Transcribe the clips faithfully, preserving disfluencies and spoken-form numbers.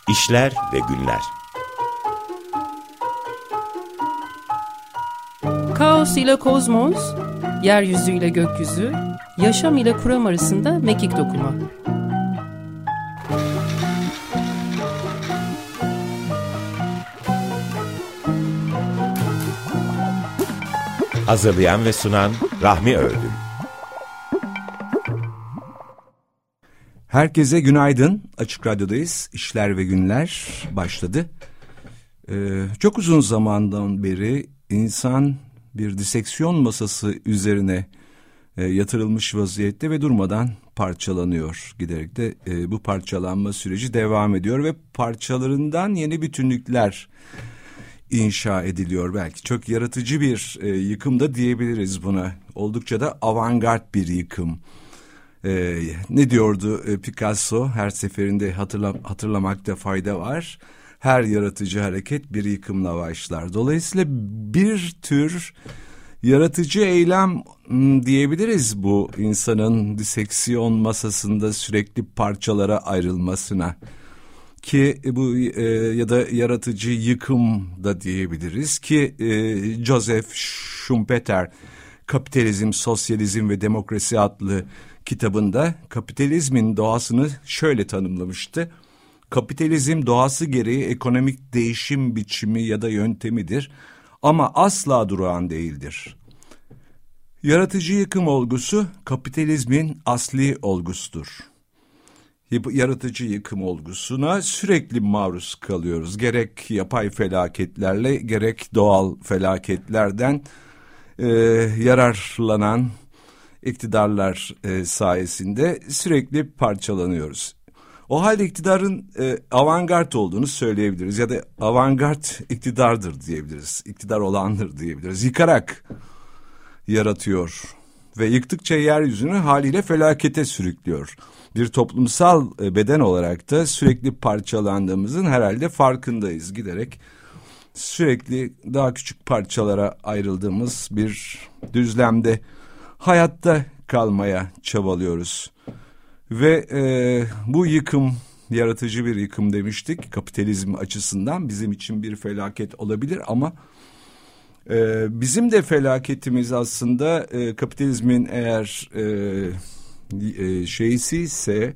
İşler ve Günler. Kaos ile kozmos, yeryüzü ile gökyüzü, yaşam ile kuram arasında mekik dokuma. Hazırlayan ve sunan Rahmi Ördüm. Herkese günaydın. Açık Radyo'dayız. İşler ve Günler başladı. Ee, çok uzun zamandan beri insan bir diseksiyon masası üzerine e, yatırılmış vaziyette ve durmadan parçalanıyor. Giderek de e, bu parçalanma süreci devam ediyor ve parçalarından yeni bütünlükler inşa ediliyor. Belki çok yaratıcı bir e, yıkım da diyebiliriz buna. Oldukça da avantgard bir yıkım. Ee, ne diyordu e, Picasso? Her seferinde hatırla, hatırlamakta fayda var. Her yaratıcı hareket bir yıkımla başlar. Dolayısıyla bir tür yaratıcı eylem m, diyebiliriz bu insanın diseksiyon masasında sürekli parçalara ayrılmasına. Ki bu e, ya da yaratıcı yıkım da diyebiliriz ki e, Joseph Schumpeter Kapitalizm, Sosyalizm ve Demokrasi adlı kitabında kapitalizmin doğasını şöyle tanımlamıştı. Kapitalizm doğası gereği ekonomik değişim biçimi ya da yöntemidir ama asla durağan değildir. Yaratıcı yıkım olgusu kapitalizmin asli olgusudur. Yaratıcı yıkım olgusuna sürekli maruz kalıyoruz. Gerek yapay felaketlerle gerek doğal felaketlerden e, yararlanan iktidarlar e, sayesinde sürekli parçalanıyoruz. O halde iktidarın e, avantgard olduğunu söyleyebiliriz ya da avantgard iktidardır diyebiliriz. İktidar olandır diyebiliriz. Yıkarak yaratıyor ve yıktıkça yeryüzünü haliyle felakete sürüklüyor. Bir toplumsal e, beden olarak da sürekli parçalandığımızın herhalde farkındayız. Giderek sürekli daha küçük parçalara ayrıldığımız bir düzlemde hayatta kalmaya çabalıyoruz. Ve e, bu yıkım, yaratıcı bir yıkım demiştik. Kapitalizm açısından bizim için bir felaket olabilir ama e, bizim de felaketimiz aslında e, kapitalizmin eğer e, e, şeysi ise,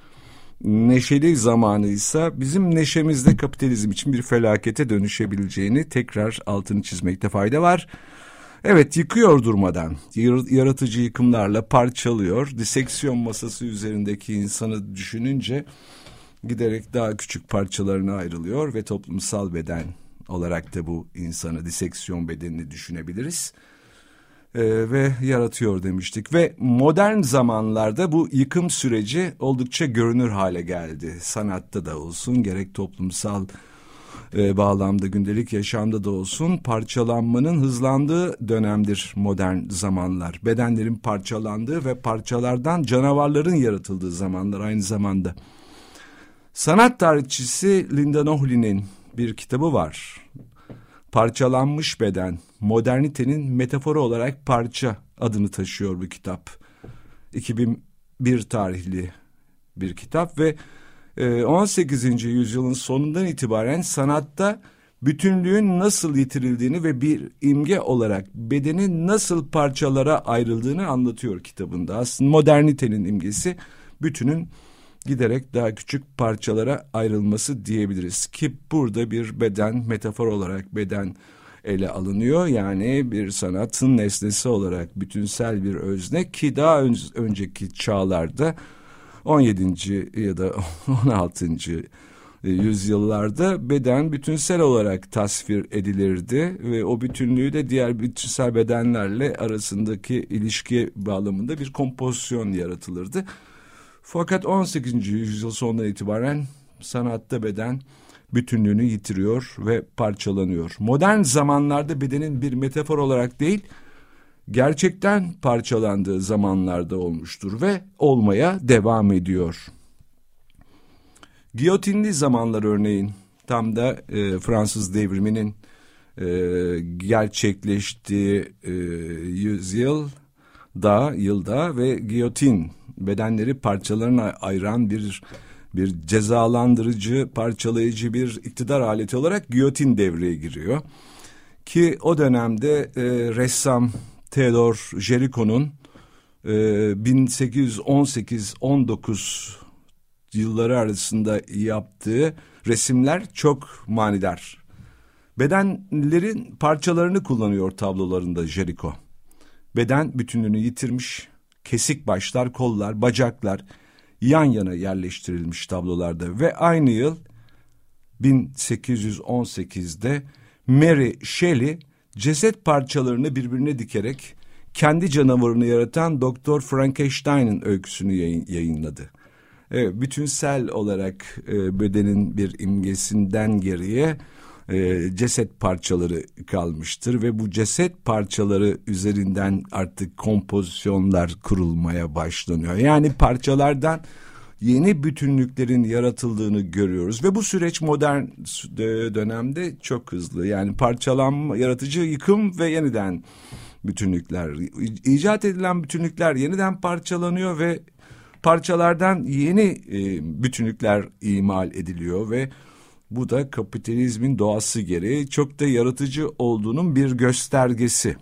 neşeli zamanıysa bizim neşemiz de kapitalizm için bir felakete dönüşebileceğini tekrar altını çizmekte fayda var. Evet, yıkıyor durmadan, yaratıcı yıkımlarla parçalıyor. Diseksiyon masası üzerindeki insanı düşününce giderek daha küçük parçalarına ayrılıyor ve toplumsal beden olarak da bu insanı, diseksiyon bedenini düşünebiliriz. Ee, ve yaratıyor demiştik ve modern zamanlarda bu yıkım süreci oldukça görünür hale geldi. Sanatta da olsun, gerek toplumsal E, bağlamda, gündelik yaşamda da olsun parçalanmanın hızlandığı dönemdir modern zamanlar. Bedenlerin parçalandığı ve parçalardan canavarların yaratıldığı zamanlar aynı zamanda. Sanat tarihçisi Linda Nohli'nin bir kitabı var. Parçalanmış Beden, modernitenin metaforu olarak parça adını taşıyor bu kitap. iki bin bir tarihli bir kitap ve on sekizinci yüzyılın sonundan itibaren sanatta bütünlüğün nasıl yitirildiğini ve bir imge olarak bedenin nasıl parçalara ayrıldığını anlatıyor kitabında. Aslında modernitenin imgesi bütünün giderek daha küçük parçalara ayrılması diyebiliriz ki burada bir beden, metafor olarak beden ele alınıyor. Yani bir sanatın nesnesi olarak bütünsel bir özne ki daha ön, önceki çağlarda on yedinci ya da on altıncı yüzyıllarda beden bütünsel olarak tasvir edilirdi ve o bütünlüğü de diğer bütünsel bedenlerle arasındaki ilişki bağlamında bir kompozisyon yaratılırdı. Fakat on sekizinci yüzyıl sonundan itibaren sanatta beden bütünlüğünü yitiriyor ve parçalanıyor. Modern zamanlarda bedenin bir metafor olarak değil, gerçekten parçalandığı zamanlarda olmuştur ve olmaya devam ediyor. Giyotinli zamanlar örneğin tam da e, Fransız devriminin e, gerçekleştiği e, yüzyılda, yılda ve giyotin bedenleri parçalarına ayıran bir bir cezalandırıcı, parçalayıcı bir iktidar aleti olarak giyotin devreye giriyor. Ki o dönemde e, ressam Theodore Géricault'un e, bin sekiz yüz on sekiz on dokuz yılları arasında yaptığı resimler çok manidar. Bedenlerin parçalarını kullanıyor tablolarında Géricault. Beden bütünlüğünü yitirmiş, kesik başlar, kollar, bacaklar yan yana yerleştirilmiş tablolarda ve aynı yıl bin sekiz yüz on sekizde Mary Shelley ceset parçalarını birbirine dikerek kendi canavarını yaratan Doktor Frankenstein'ın öyküsünü yayın, yayınladı. Evet, bütünsel olarak e, bedenin bir imgesinden geriye e, ceset parçaları kalmıştır ve bu ceset parçaları üzerinden artık kompozisyonlar kurulmaya başlanıyor. Yani parçalardan yeni bütünlüklerin yaratıldığını görüyoruz ve bu süreç modern dönemde çok hızlı. Yani parçalanma, yaratıcı yıkım ve yeniden bütünlükler, icat edilen bütünlükler yeniden parçalanıyor ve parçalardan yeni e, bütünlükler imal ediliyor ve bu da kapitalizmin doğası gereği çok da yaratıcı olduğunun bir göstergesi.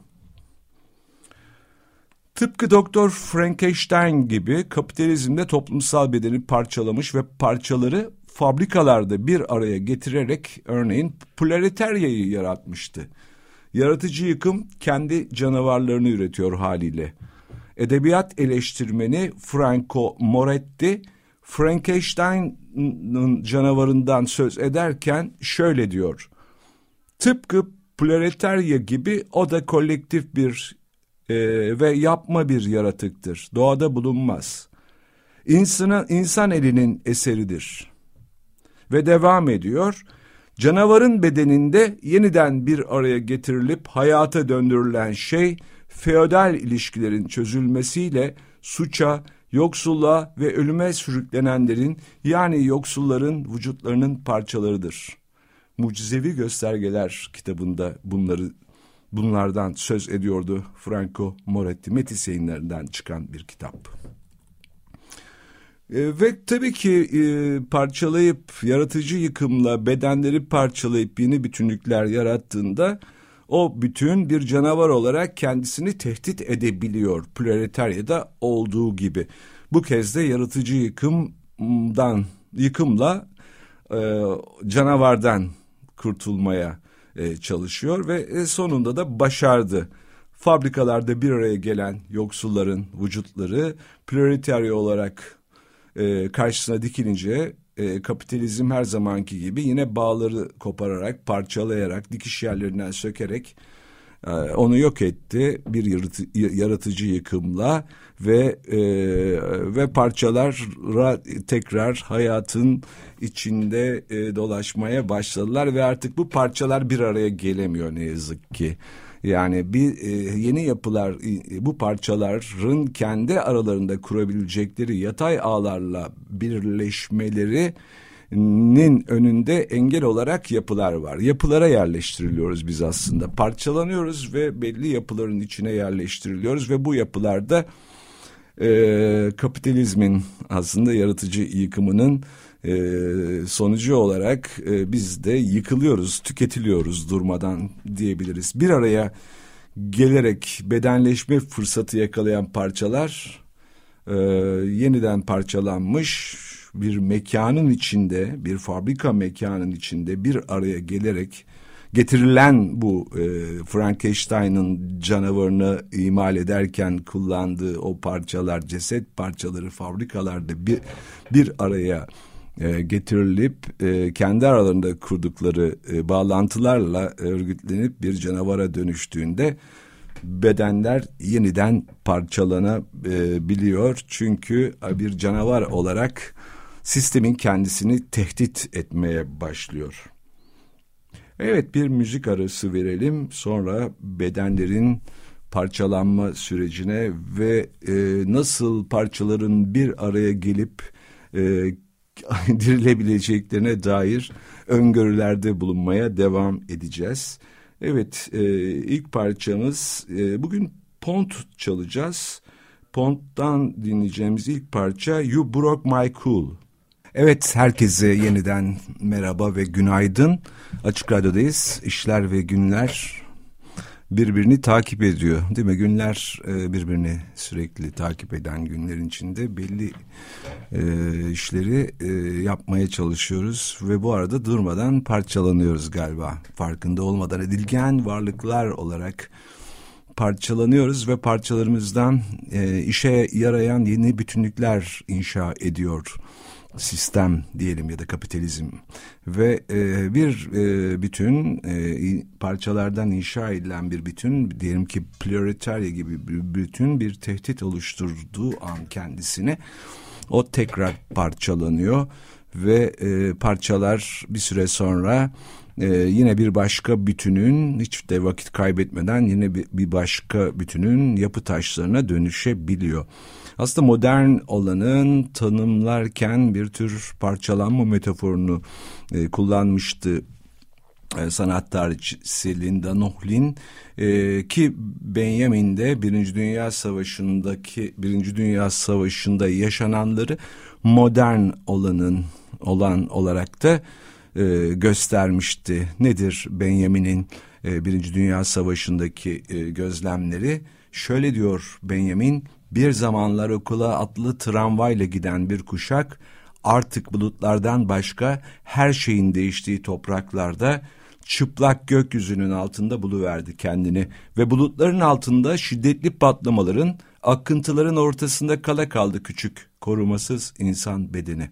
Tıpkı Doktor Frankenstein gibi kapitalizmde toplumsal bedeni parçalamış ve parçaları fabrikalarda bir araya getirerek örneğin proletaryayı yaratmıştı. Yaratıcı yıkım kendi canavarlarını üretiyor haliyle. Edebiyat eleştirmeni Franco Moretti, Frankenstein'ın canavarından söz ederken şöyle diyor: tıpkı proletarya gibi o da kolektif bir e, ve yapma bir yaratıktır. Doğada bulunmaz. İnsana, insan elinin eseridir. Ve devam ediyor: canavarın bedeninde yeniden bir araya getirilip hayata döndürülen şey, feodal ilişkilerin çözülmesiyle suça, yoksulluğa ve ölüme sürüklenenlerin, yani yoksulların vücutlarının parçalarıdır. Mucizevi Göstergeler kitabında bunları bunlardan söz ediyordu Franco Moretti. Metis Yayınları'ndan çıkan bir kitap. E, ve tabii ki e, parçalayıp, yaratıcı yıkımla bedenleri parçalayıp yeni bütünlükler yarattığında o bütün bir canavar olarak kendisini tehdit edebiliyor. Proletaryada olduğu gibi. Bu kez de yaratıcı yıkımdan, yıkımla e, canavardan kurtulmaya e, çalışıyor ve e, sonunda da başardı. Fabrikalarda bir araya gelen yoksulların vücutları proletarya olarak e, karşısına dikilince e, kapitalizm her zamanki gibi yine bağları kopararak, parçalayarak, dikiş yerlerinden sökerek e, onu yok etti bir yaratı, yaratıcı yıkımla ve e, ve parçalara tekrar hayatın içinde e, dolaşmaya başladılar ve artık bu parçalar bir araya gelemiyor ne yazık ki. Yani bir e, yeni yapılar, e, bu parçaların kendi aralarında kurabilecekleri yatay ağlarla birleşmelerinin önünde engel olarak yapılar var. Yapılara yerleştiriliyoruz biz aslında. Parçalanıyoruz ve belli yapıların içine yerleştiriliyoruz ve bu yapılarda e, kapitalizmin aslında yaratıcı yıkımının Ee, sonucu olarak e, biz de yıkılıyoruz, tüketiliyoruz durmadan diyebiliriz. Bir araya gelerek bedenleşme fırsatı yakalayan parçalar e, yeniden parçalanmış bir mekanın içinde, bir fabrika mekanın içinde bir araya gelerek getirilen bu e, Frankenstein'ın canavarını imal ederken kullandığı o parçalar, ceset parçaları fabrikalarda bir, bir araya E, getirilip e, kendi aralarında kurdukları e, bağlantılarla örgütlenip bir canavara dönüştüğünde bedenler yeniden parçalanabiliyor. Çünkü bir canavar olarak sistemin kendisini tehdit etmeye başlıyor. Evet, bir müzik arası verelim, sonra bedenlerin parçalanma sürecine ve e, nasıl parçaların bir araya gelip e, dirilebileceklerine dair öngörülerde bulunmaya devam edeceğiz. Evet, e, ilk parçamız e, bugün Pont çalacağız. Pont'tan dinleyeceğimiz ilk parça You Broke My Cool. Evet, herkese yeniden merhaba ve günaydın. Açık Radyo'dayız. İşler ve günler birbirini takip ediyor, değil mi? Günler birbirini sürekli takip eden günlerin içinde belli e, işleri e, yapmaya çalışıyoruz ve bu arada durmadan parçalanıyoruz galiba. Farkında olmadan edilgen varlıklar olarak parçalanıyoruz ve parçalarımızdan e, işe yarayan yeni bütünlükler inşa ediyor sistem diyelim ya da kapitalizm ve e, bir e, bütün e, parçalardan inşa edilen bir bütün, diyelim ki proletarya gibi bir bütün bir tehdit oluşturduğu an kendisine o tekrar parçalanıyor ve e, parçalar bir süre sonra e, yine bir başka bütünün, hiç de vakit kaybetmeden yine bir, bir başka bütünün yapı taşlarına dönüşebiliyor. Aslında modern olanın tanımlarken bir tür parçalanma metaforunu e, kullanmıştı e, sanat tarihçisi Linda Nochlin e, ki Benjamin'de Birinci Dünya Savaşı'ndaki Birinci Dünya Savaşı'nda yaşananları modern olanın olan olarak da e, göstermişti. Nedir Benjamin'in e, Birinci Dünya Savaşı'ndaki e, gözlemleri? Şöyle diyor Benjamin: bir zamanlar okula atlı tramvayla giden bir kuşak artık bulutlardan başka her şeyin değiştiği topraklarda çıplak gökyüzünün altında buluverdi kendini ve bulutların altında şiddetli patlamaların, akıntıların ortasında kala kaldı küçük, korumasız insan bedeni.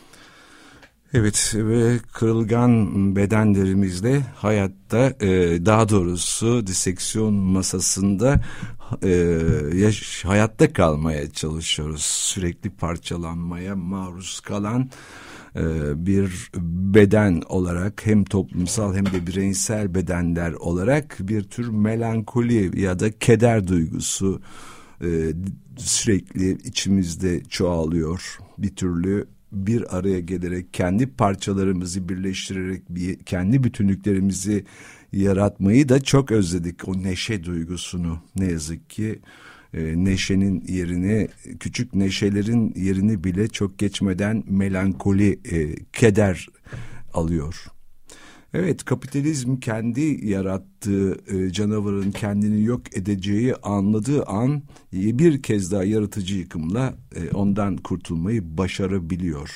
Evet, ve kırılgan bedenlerimizle hayatta, e, daha doğrusu diseksiyon masasında e, yaş, hayatta kalmaya çalışıyoruz. Sürekli parçalanmaya maruz kalan e, bir beden olarak, hem toplumsal hem de bireysel bedenler olarak bir tür melankoli ya da keder duygusu e, sürekli içimizde çoğalıyor. Bir türlü bir araya gelerek kendi parçalarımızı birleştirerek bir, kendi bütünlüklerimizi yaratmayı da çok özledik. O neşe duygusunu, ne yazık ki e, neşenin yerini, küçük neşelerin yerini bile çok geçmeden melankoli, e, keder alıyor. Evet, kapitalizm kendi yarattığı e, canavarın kendini yok edeceği anladığı an e, bir kez daha yaratıcı yıkımla e, ondan kurtulmayı başarabiliyor.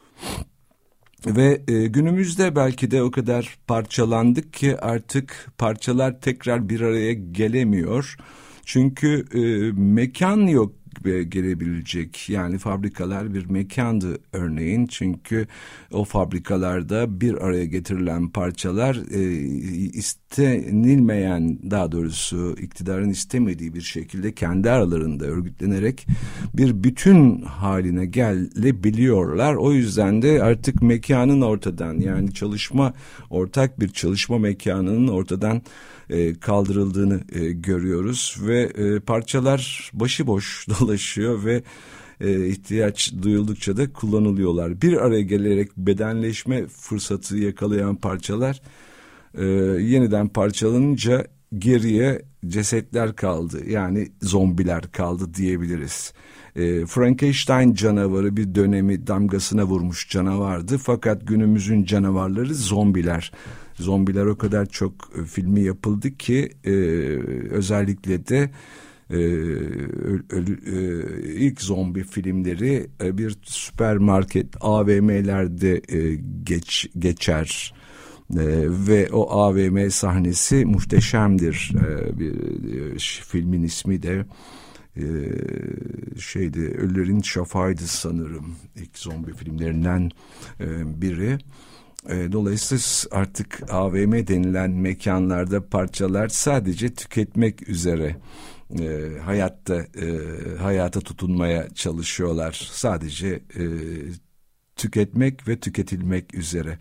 Ve e, günümüzde belki de o kadar parçalandık ki artık parçalar tekrar bir araya gelemiyor. Çünkü e, mekan yok gelebilecek. Yani fabrikalar bir mekandı örneğin, çünkü o fabrikalarda bir araya getirilen parçalar e, istenilmeyen, daha doğrusu iktidarın istemediği bir şekilde kendi aralarında örgütlenerek bir bütün haline gelebiliyorlar. O yüzden de artık mekanın ortadan, yani çalışma, ortak bir çalışma mekanının ortadan e, kaldırıldığını e, görüyoruz ve e, parçalar başıboş dolaşıyor ve e, ihtiyaç duyuldukça da kullanılıyorlar. Bir araya gelerek bedenleşme fırsatı yakalayan parçalar e, yeniden parçalanınca geriye cesetler kaldı, yani zombiler kaldı diyebiliriz. E, Frankenstein canavarı bir dönemi damgasına vurmuş canavardı, fakat günümüzün canavarları zombiler. Zombiler o kadar çok e, filmi yapıldı ki e, özellikle de e, ölü, e, ilk zombi filmleri e, bir süpermarket A V M'lerde e, geç, geçer. Ee, ve o A V M sahnesi muhteşemdir. Ee, bir, e, filmin ismi de e, şeydi, Ölülerin Şafağı'ydı sanırım, ilk zombi filmlerinden e, biri. E, dolayısıyla artık A V M denilen mekanlarda parçalar sadece tüketmek üzere e, hayatta e, hayata tutunmaya çalışıyorlar. Sadece e, tüketmek ve tüketilmek üzere.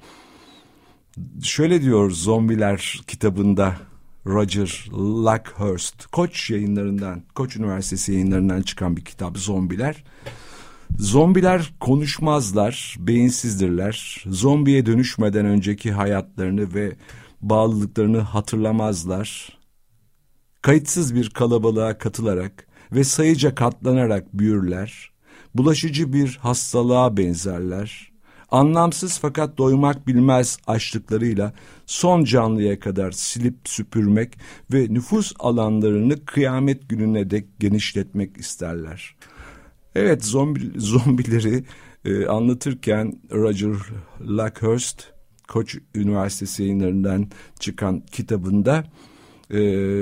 Şöyle diyor Zombiler kitabında Roger Luckhurst, Koç yayınlarından, Koç Üniversitesi yayınlarından çıkan bir kitap Zombiler. Zombiler konuşmazlar, beyinsizdirler. Zombiye dönüşmeden önceki hayatlarını ve bağlılıklarını hatırlamazlar. Kayıtsız bir kalabalığa katılarak ve sayıca katlanarak büyürler. Bulaşıcı bir hastalığa benzerler. Anlamsız fakat doymak bilmez açlıklarıyla son canlıya kadar silip süpürmek ve nüfus alanlarını kıyamet gününe dek genişletmek isterler. Evet, zombi, zombileri e, anlatırken Roger Luckhurst, Koç Üniversitesi yayınlarından çıkan kitabında e,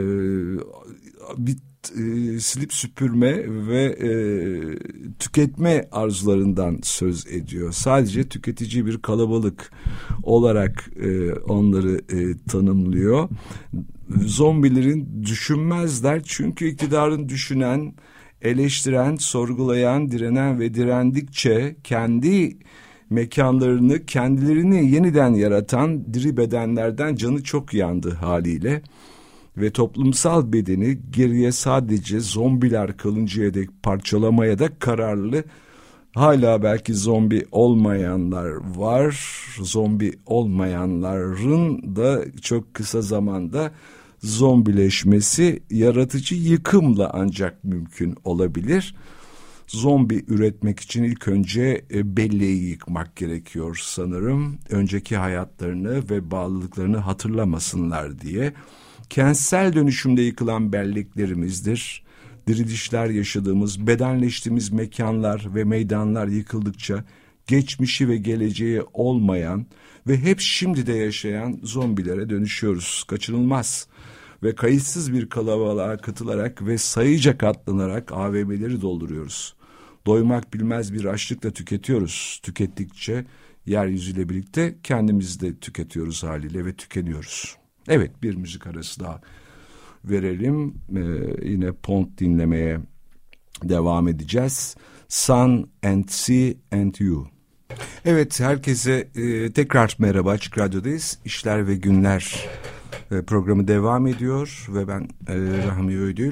bir e, silip süpürme ve e, tüketme arzularından söz ediyor. Sadece tüketici bir kalabalık olarak e, onları e, tanımlıyor. Zombilerin düşünmezler çünkü iktidarın düşünen, eleştiren, sorgulayan, direnen ve direndikçe kendi mekanlarını, kendilerini yeniden yaratan diri bedenlerden canı çok yandı haliyle. Ve toplumsal bedeni geriye sadece zombiler kalıncaya dek parçalamaya da kararlı. Hala belki zombi olmayanlar var. Zombi olmayanların da çok kısa zamanda zombileşmesi yaratıcı yıkımla ancak mümkün olabilir. Zombi üretmek için ilk önce belleği yıkmak gerekiyor sanırım. Önceki hayatlarını ve bağlılıklarını hatırlamasınlar diye. Kentsel dönüşümde yıkılan belleklerimizdir. Dirilişler yaşadığımız, bedenleştiğimiz mekanlar ve meydanlar yıkıldıkça geçmişi ve geleceği olmayan ve hep şimdi de yaşayan zombilere dönüşüyoruz. Kaçınılmaz ve kayıtsız bir kalabalığa katılarak ve sayıca katlanarak A V M'leri dolduruyoruz. Doymak bilmez bir açlıkla tüketiyoruz. Tükettikçe yeryüzüyle birlikte kendimizi de tüketiyoruz haliyle ve tükeniyoruz. Evet, bir müzik arası daha verelim. Ee, yine Pont dinlemeye devam edeceğiz. Sun and Sea and You. Evet, herkese e, tekrar merhaba. Açık Radyo'dayız. İşler ve Günler e, programı devam ediyor ve ben e, Rahmi Ödül.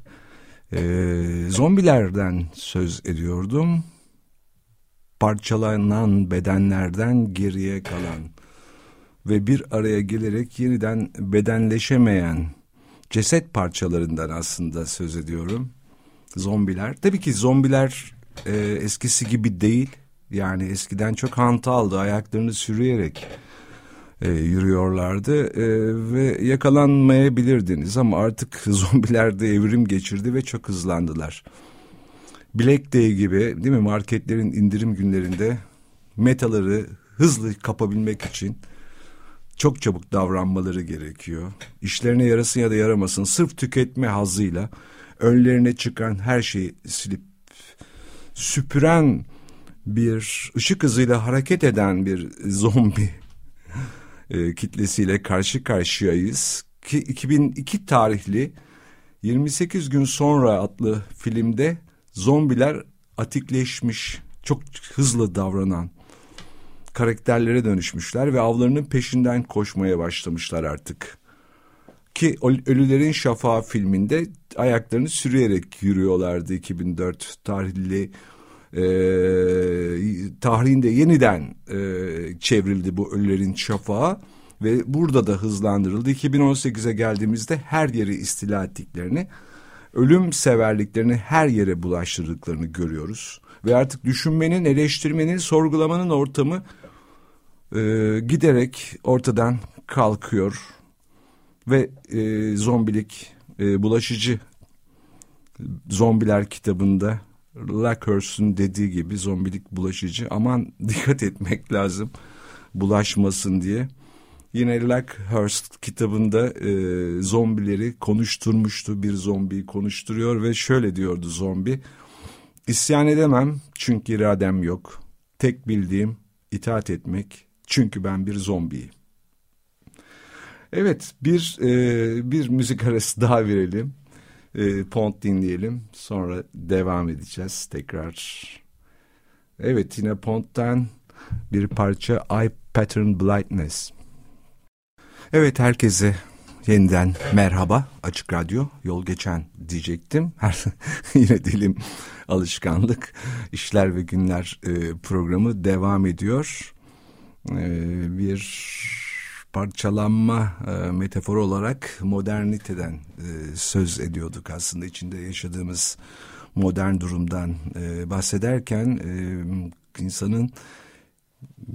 E, zombilerden söz ediyordum. Parçalanan bedenlerden geriye kalan ve bir araya gelerek yeniden bedenleşemeyen ceset parçalarından aslında söz ediyorum. Zombiler. Tabii ki zombiler e, eskisi gibi değil. Yani eskiden çok hantaldı. Ayaklarını sürüyerek e, yürüyorlardı e, ve yakalanmayabilirdiniz. Ama artık zombiler de evrim geçirdi ve çok hızlandılar. Black Day gibi, değil mi, marketlerin indirim günlerinde metaları hızlı kapabilmek için çok çabuk davranmaları gerekiyor. İşlerine yarasın ya da yaramasın, sırf tüketme hazzıyla önlerine çıkan her şeyi silip süpüren bir, ışık hızıyla hareket eden bir zombi e, kitlesiyle karşı karşıyayız. Ki iki bin iki tarihli yirmi sekiz gün sonra adlı filmde zombiler atikleşmiş, çok hızlı davranan karakterlere dönüşmüşler ve avlarının peşinden koşmaya başlamışlar artık. Ki Ölülerin Şafağı filminde ayaklarını sürüyerek yürüyorlardı. iki bin dört tarihli e, tarihinde yeniden e, çevrildi bu Ölülerin Şafağı ve burada da hızlandırıldı. iki bin on sekize geldiğimizde her yeri istila ettiklerini, ölüm severliklerini her yere bulaştırdıklarını görüyoruz. Ve artık düşünmenin, eleştirmenin, sorgulamanın ortamı e, giderek ortadan kalkıyor. Ve e, zombilik, e, bulaşıcı, Zombiler kitabında Luckhurst'un dediği gibi zombilik bulaşıcı. Aman dikkat etmek lazım bulaşmasın diye. Yine Luckhurst kitabında e, zombileri konuşturmuştu. Bir zombiyi konuşturuyor ve şöyle diyordu zombi: İsyan edemem çünkü iradem yok. Tek bildiğim itaat etmek çünkü ben bir zombiyim. Evet, bir e, bir müzik arası daha verelim. E, Pont dinleyelim. Sonra devam edeceğiz tekrar. Evet, yine Pont'tan bir parça, Eye Pattern Blindness. Evet, herkese yeniden merhaba. Açık Radyo, yol geçen diyecektim. Yine dilim alışkanlık. İşler ve Günler e, programı devam ediyor. E, bir parçalanma e, metaforu olarak moderniteden e, söz ediyorduk aslında. İçinde yaşadığımız modern durumdan e, bahsederken e, insanın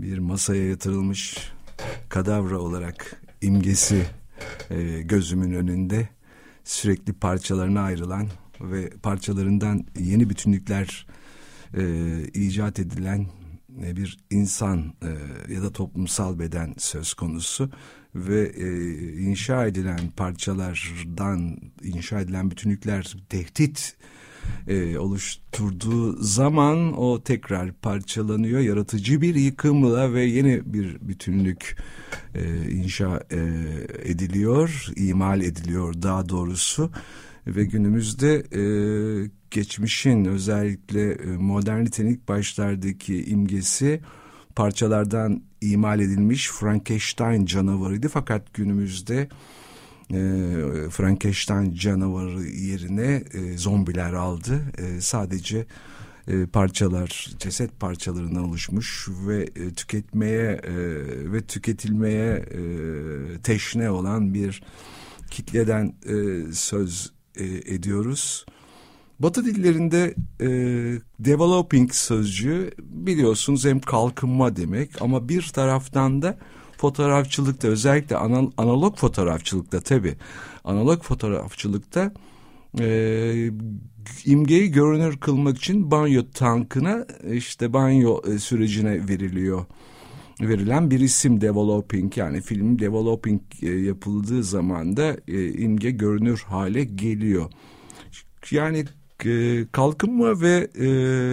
bir masaya yatırılmış kadavra olarak imgesi e, gözümün önünde, sürekli parçalarına ayrılan ve parçalarından yeni bütünlükler e, icat edilen e, bir insan e, ya da toplumsal beden söz konusu ve e, inşa edilen parçalardan inşa edilen bütünlükler tehdit e, oluşturduğu zaman o tekrar parçalanıyor, yaratıcı bir yıkımla ve yeni bir bütünlük e, inşa e, ediliyor, imal ediliyor daha doğrusu. Ve günümüzde e, geçmişin, özellikle e, modernitenin ilk başlardaki imgesi parçalardan imal edilmiş Frankenstein canavarıydı. Fakat günümüzde e, Frankenstein canavarı yerine e, zombiler aldı. E, sadece e, parçalar, ceset parçalarından oluşmuş ve e, tüketmeye e, ve tüketilmeye e, teşne olan bir kitleden e, söz ediyoruz. Batı dillerinde e, developing sözcüğü biliyorsunuz hem kalkınma demek ama bir taraftan da fotoğrafçılıkta, özellikle anal, analog fotoğrafçılıkta tabii analog fotoğrafçılıkta e, imgeyi görünür kılmak için banyo tankına, işte banyo e, sürecine veriliyor. Verilen bir isim developing, yani film developing e, yapıldığı zaman da e, imge görünür hale geliyor. Yani e, kalkınma ve e,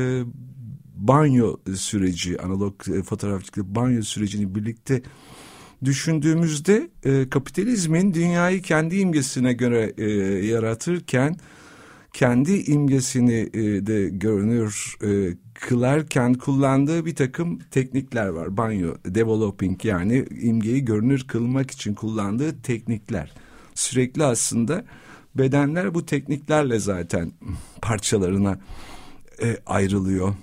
banyo süreci, analog e, fotoğrafçılıkta banyo sürecini birlikte düşündüğümüzde e, kapitalizmin dünyayı kendi imgesine göre e, yaratırken kendi imgesini e, de görünür e, kılarken kullandığı bir takım teknikler var. Banyo, developing, yani imgeyi görünür kılmak için kullandığı teknikler. Sürekli aslında bedenler bu tekniklerle zaten parçalarına e, ayrılıyor.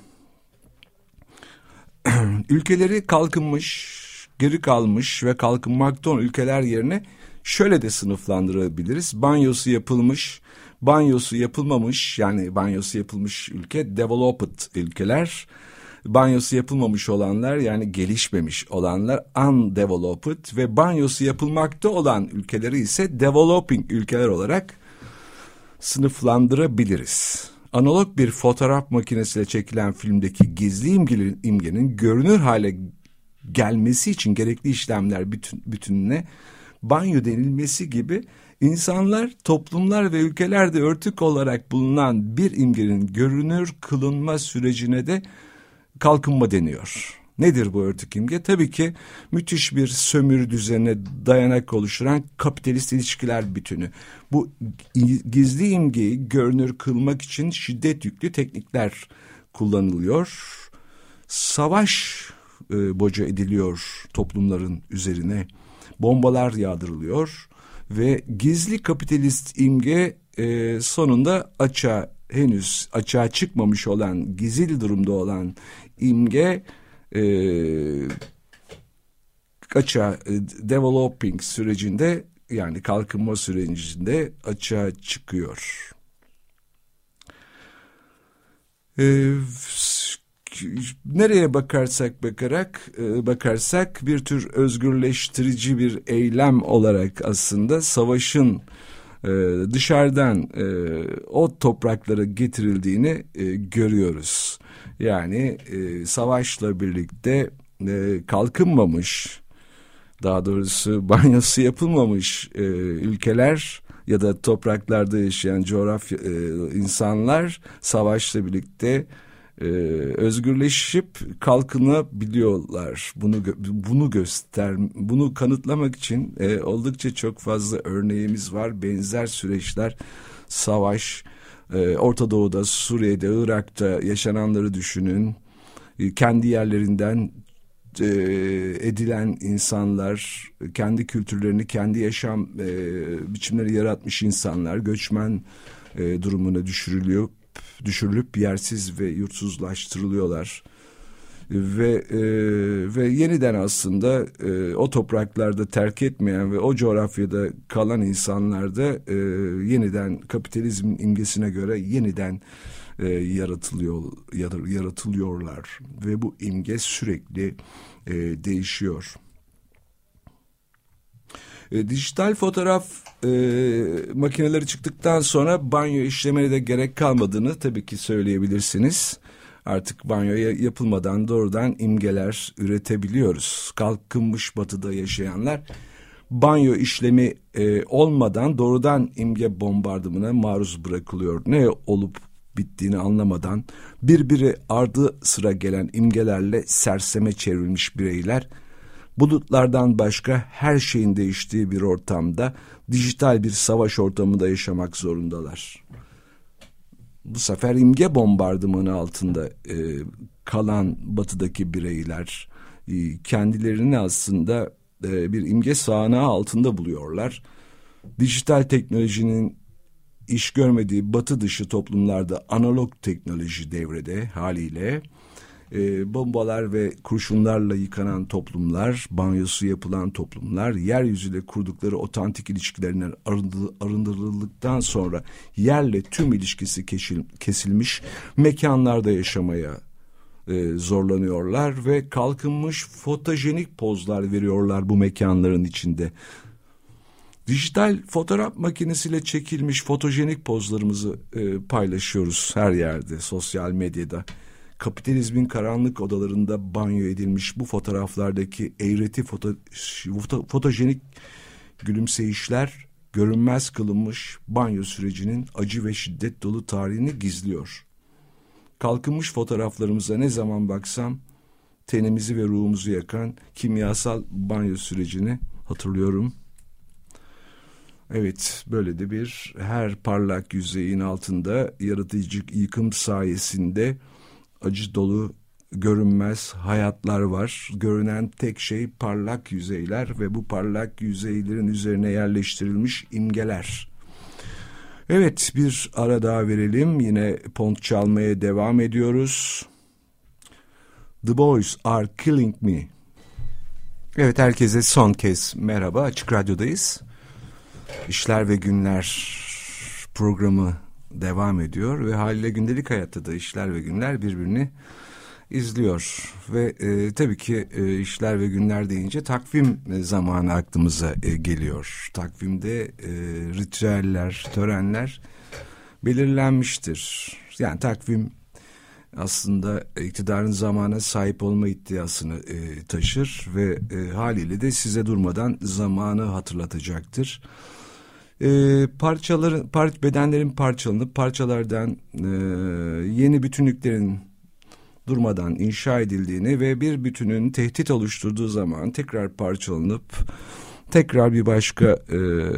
Ülkeleri kalkınmış, geri kalmış ve kalkınmakta olan ülkeler yerine şöyle de sınıflandırabiliriz. Banyosu yapılmış, banyosu yapılmamış, yani banyosu yapılmış ülke developed ülkeler, banyosu yapılmamış olanlar yani gelişmemiş olanlar undeveloped ve banyosu yapılmakta olan ülkeleri ise developing ülkeler olarak sınıflandırabiliriz. Analog bir fotoğraf makinesiyle çekilen filmdeki gizli imgenin, imgenin görünür hale gelmesi için gerekli işlemler bütün, bütününe banyo denilmesi gibi, İnsanlar, toplumlar ve ülkelerde örtük olarak bulunan bir imgenin görünür kılınma sürecine de kalkınma deniyor. Nedir bu örtük imge? Tabii ki müthiş bir sömürü düzenine dayanak oluşturan kapitalist ilişkiler bütünü. Bu gizli imgeyi görünür kılmak için şiddet yüklü teknikler kullanılıyor. Savaş e, boca ediliyor toplumların üzerine. Bombalar yağdırılıyor. Ve gizli kapitalist imge e, sonunda açığa, henüz açığa çıkmamış olan, gizli durumda olan imge e, açığa, e, developing sürecinde, yani kalkınma sürecinde açığa çıkıyor. E, Nereye bakarsak bakarak e, bakarsak bir tür özgürleştirici bir eylem olarak aslında savaşın e, dışarıdan e, o topraklara getirildiğini e, görüyoruz. Yani e, savaşla birlikte e, kalkınmamış, daha doğrusu banyosu yapılmamış e, ülkeler ya da topraklarda yaşayan coğrafya e, insanlar savaşla birlikte Ee, özgürleşip kalkınabiliyorlar. Bunu bunu göster, bunu kanıtlamak için e, oldukça çok fazla örneğimiz var. Benzer süreçler, savaş, e, Orta Doğu'da, Suriye'de, Irak'ta yaşananları düşünün. E, kendi yerlerinden e, edilen insanlar, kendi kültürlerini, kendi yaşam e, biçimleri yaratmış insanlar göçmen e, durumuna düşürülüyor. düşürülüp yersiz ve yurtsuzlaştırılıyorlar ve e, ve yeniden aslında e, o topraklarda terk etmeyen ve o coğrafyada kalan insanlar da e, yeniden kapitalizmin imgesine göre yeniden e, yaratılıyor yaratılıyorlar ve bu imge sürekli e, değişiyor. E, dijital fotoğraf e, makineleri çıktıktan sonra banyo işlemeye de gerek kalmadığını tabii ki söyleyebilirsiniz. Artık banyoya yapılmadan doğrudan imgeler üretebiliyoruz. Kalkınmış batıda yaşayanlar banyo işlemi e, olmadan doğrudan imge bombardımına maruz bırakılıyor. Ne olup bittiğini anlamadan birbiri ardı sıra gelen imgelerle serseme çevrilmiş bireyler, bulutlardan başka her şeyin değiştiği bir ortamda, dijital bir savaş ortamında yaşamak zorundalar. Bu sefer imge bombardımanı altında e, kalan batıdaki bireyler e, kendilerini aslında e, bir imge sağanağı altında buluyorlar. Dijital teknolojinin iş görmediği batı dışı toplumlarda analog teknoloji devrede haliyle e, bombalar ve kurşunlarla yıkanan toplumlar, banyosu yapılan toplumlar, yeryüzüyle kurdukları otantik ilişkilerinden arındırıldıktan sonra yerle tüm ilişkisi kesil, kesilmiş mekanlarda yaşamaya e, zorlanıyorlar ve kalkınmış fotojenik pozlar veriyorlar bu mekanların içinde. Dijital fotoğraf makinesiyle çekilmiş fotojenik pozlarımızı e, paylaşıyoruz her yerde, sosyal medyada. Kapitalizmin karanlık odalarında banyo edilmiş bu fotoğraflardaki eğreti foto, foto, fotojenik gülümseyişler görünmez kılınmış banyo sürecinin acı ve şiddet dolu tarihini gizliyor. Kalkınmış fotoğraflarımıza ne zaman baksam tenimizi ve ruhumuzu yakan kimyasal banyo sürecini hatırlıyorum. Evet, böyle de bir her parlak yüzeyin altında yaratıcı yıkım sayesinde acı dolu görünmez hayatlar var. Görünen tek şey parlak yüzeyler ve bu parlak yüzeylerin üzerine yerleştirilmiş imgeler. Evet, bir ara daha verelim. Yine pont çalmaya devam ediyoruz. The Boys Are Killing Me. Evet, herkese son kez merhaba. Açık Radyo'dayız. İşler ve Günler programı devam ediyor ve haliyle gündelik hayatta da işler ve günler birbirini izliyor. Ve e, tabii ki e, işler ve günler deyince takvim zamanı aklımıza e, geliyor. Takvimde e, ritüeller, törenler belirlenmiştir. Yani takvim aslında iktidarın zamana sahip olma iddiasını e, taşır ve e, haliyle de size durmadan zamanı hatırlatacaktır. E, parçaların, par, bedenlerin parçalanıp parçalardan e, yeni bütünlüklerin durmadan inşa edildiğini ve bir bütünün tehdit oluşturduğu zaman tekrar parçalanıp tekrar bir başka e,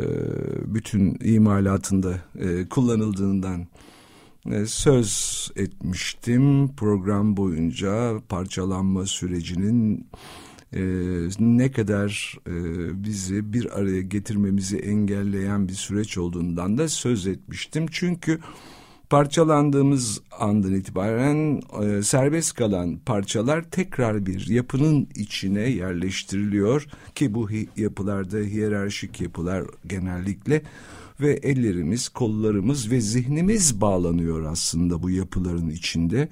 bütün imalatında e, kullanıldığından e, söz etmiştim program boyunca. Parçalanma sürecinin e, ne kadar e, bizi bir araya getirmemizi engelleyen bir süreç olduğundan da söz etmiştim. Çünkü parçalandığımız andan itibaren e, serbest kalan parçalar tekrar bir yapının içine yerleştiriliyor ki bu hi- yapılarda hiyerarşik yapılar genellikle ve ellerimiz, kollarımız ve zihnimiz bağlanıyor aslında bu yapıların içinde.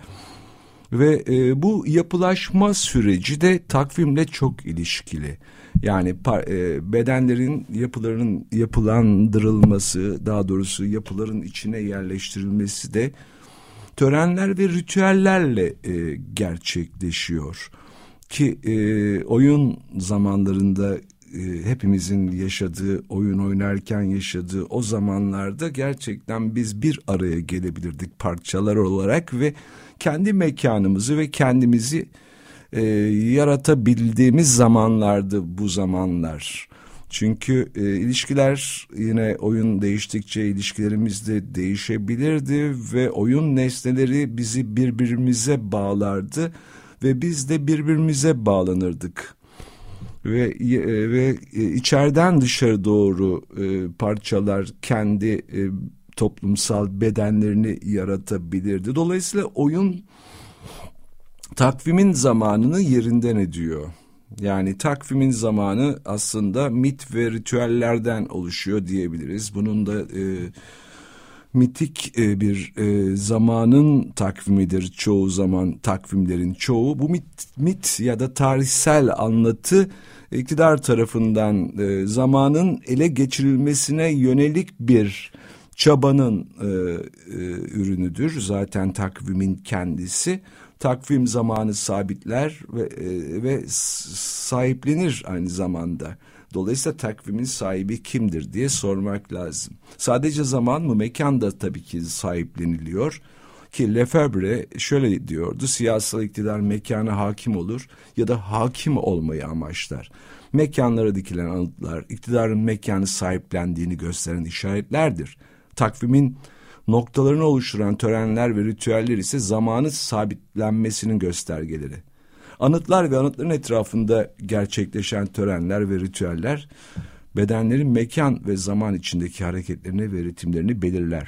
Ve e, bu yapılaşma süreci de takvimle çok ilişkili. Yani e, bedenlerin yapılarının yapılandırılması, daha doğrusu yapıların içine yerleştirilmesi de törenler ve ritüellerle e, gerçekleşiyor. Ki e, oyun zamanlarında e, hepimizin yaşadığı, oyun oynarken yaşadığı o zamanlarda gerçekten biz bir araya gelebilirdik parçalar olarak ve kendi mekanımızı ve kendimizi e, yaratabildiğimiz zamanlardı bu zamanlar. Çünkü e, ilişkiler yine oyun değiştikçe ilişkilerimiz de değişebilirdi ve oyun nesneleri bizi birbirimize bağlardı ve biz de birbirimize bağlanırdık. Ve e, ve e, içeriden dışarı doğru e, parçalar kendi e, toplumsal bedenlerini yaratabilirdi. Dolayısıyla oyun takvimin zamanını yerinden ediyor. Yani takvimin zamanı aslında mit ve ritüellerden oluşuyor diyebiliriz. Bunun da e, mitik e, bir e, zamanın takvimidir çoğu zaman takvimlerin çoğu. Bu mit, mit ya da tarihsel anlatı iktidar tarafından e, zamanın ele geçirilmesine yönelik bir çabanın e, e, ürünüdür. Zaten takvimin kendisi. Takvim zamanı sabitler ve, e, ve sahiplenir aynı zamanda. Dolayısıyla takvimin sahibi kimdir diye sormak lazım. Sadece zaman mı, mekan da tabii ki sahipleniliyor. Ki Lefebvre şöyle diyordu: siyasal iktidar mekana hakim olur ya da hakim olmayı amaçlar. Mekanlara dikilen anıtlar iktidarın mekanı sahiplendiğini gösteren işaretlerdir. Takvimin noktalarını oluşturan törenler ve ritüeller ise zamanı sabitlenmesinin göstergeleri. Anıtlar ve anıtların etrafında gerçekleşen törenler ve ritüeller bedenlerin mekan ve zaman içindeki hareketlerini ve ritimlerini belirler.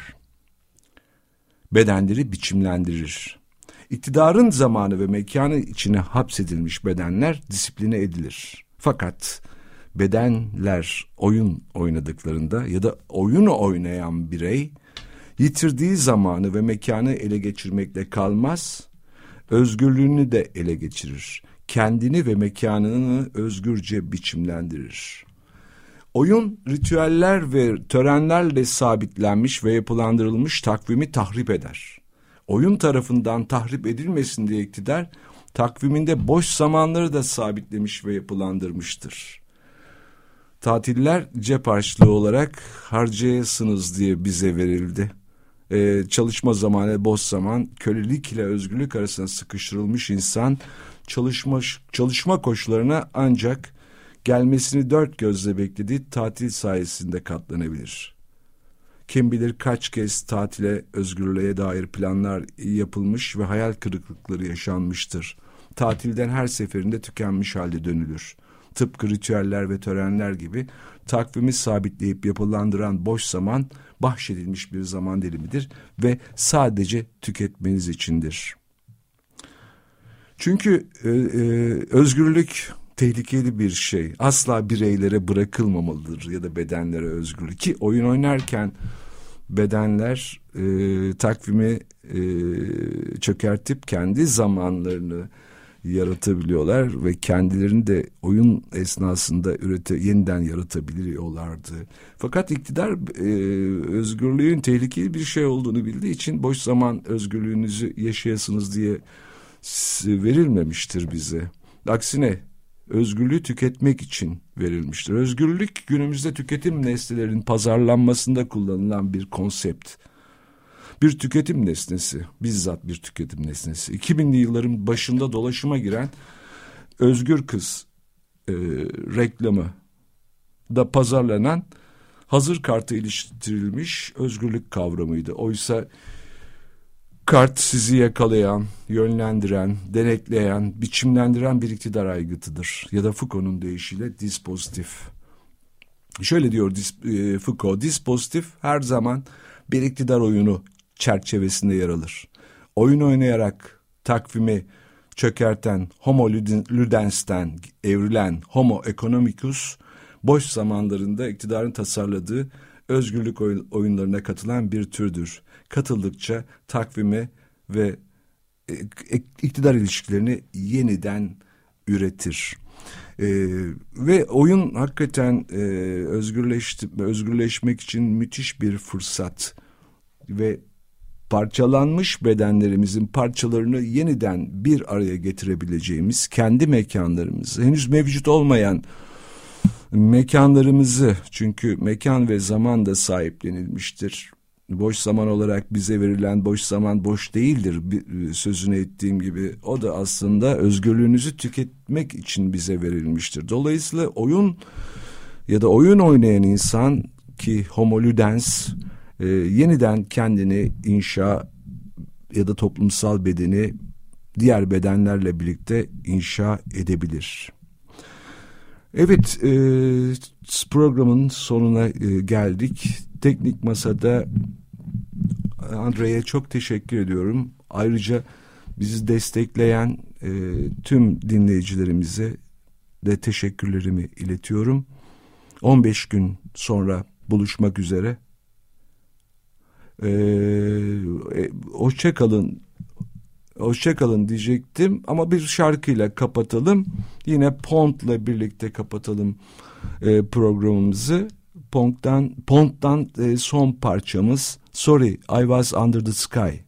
Bedenleri biçimlendirir. İktidarın zamanı ve mekanı içine hapsedilmiş bedenler disipline edilir. Fakat bedenler oyun oynadıklarında ya da oyunu oynayan birey yitirdiği zamanı ve mekanı ele geçirmekle kalmaz, özgürlüğünü de ele geçirir. Kendini ve mekanını özgürce biçimlendirir. Oyun, ritüeller ve törenlerle sabitlenmiş ve yapılandırılmış takvimi tahrip eder. Oyun tarafından tahrip edilmesin diye iktidar, takviminde boş zamanları da sabitlemiş ve yapılandırmıştır. Tatiller cep harçlığı olarak harcayasınız diye bize verildi. Ee, çalışma zamanı, boş zaman, kölelik ile özgürlük arasında sıkıştırılmış insan, çalışma, çalışma koşullarına ancak gelmesini dört gözle beklediği tatil sayesinde katlanabilir. Kim bilir kaç kez tatile, özgürlüğe dair planlar yapılmış ve hayal kırıklıkları yaşanmıştır. Tatilden her seferinde tükenmiş halde dönülür. Tıpkı ritüeller ve törenler gibi takvimi sabitleyip yapılandıran boş zaman bahşedilmiş bir zaman dilimidir ve sadece tüketmeniz içindir. Çünkü e, e, özgürlük tehlikeli bir şey. Asla bireylere bırakılmamalıdır ya da bedenlere özgürlük. Ki oyun oynarken bedenler e, takvimi e, çökertip kendi zamanlarını yaratabiliyorlar ve kendilerini de oyun esnasında ürete, yeniden yaratabiliyorlardı. Fakat iktidar e, özgürlüğün tehlikeli bir şey olduğunu bildiği için boş zaman özgürlüğünüzü yaşayasınız diye verilmemiştir bize. Aksine özgürlüğü tüketmek için verilmiştir. Özgürlük günümüzde tüketim nesnelerinin pazarlanmasında kullanılan bir konsept. Bir tüketim nesnesi, bizzat bir tüketim nesnesi. iki binli yılların başında dolaşıma giren Özgür Kız e, reklamı da pazarlanan hazır kartı iliştirilmiş özgürlük kavramıydı. Oysa kart sizi yakalayan, yönlendiren, denetleyen, biçimlendiren bir iktidar aygıtıdır. Ya da Foucault'un deyişiyle dispozitif. Şöyle diyor Foucault, dispozitif her zaman bir iktidar oyunu çerçevesinde yer alır. Oyun oynayarak takvimi çökerten Homo ludens'ten evrilen Homo economicus, boş zamanlarında iktidarın tasarladığı özgürlük oyunlarına katılan bir türdür. Katıldıkça takvimi ve iktidar ilişkilerini yeniden üretir. Ee, ve oyun hakikaten e, özgürleşti, özgürleşmek için müthiş bir fırsat ve parçalanmış bedenlerimizin parçalarını yeniden bir araya getirebileceğimiz kendi mekanlarımızı, henüz mevcut olmayan mekanlarımızı, çünkü mekan ve zaman da sahiplenilmiştir. Boş zaman olarak bize verilen boş zaman boş değildir, sözünü ettiğim gibi. O da aslında özgürlüğünüzü tüketmek için bize verilmiştir. Dolayısıyla oyun ya da oyun oynayan insan, ki Homo ludens, e, yeniden kendini inşa ya da toplumsal bedeni diğer bedenlerle birlikte inşa edebilir. Evet, e, programın sonuna e, geldik. Teknik Masa'da Andre'ye çok teşekkür ediyorum. Ayrıca bizi destekleyen e, tüm dinleyicilerimize de teşekkürlerimi iletiyorum. on beş gün sonra buluşmak üzere. Ee, hoşçakalın, hoşçakalın diyecektim ama bir şarkıyla kapatalım. Yine Pont'la birlikte kapatalım e, programımızı. Pont'tan, Pont'tan e, son parçamız Sorry I Was Under the Sky.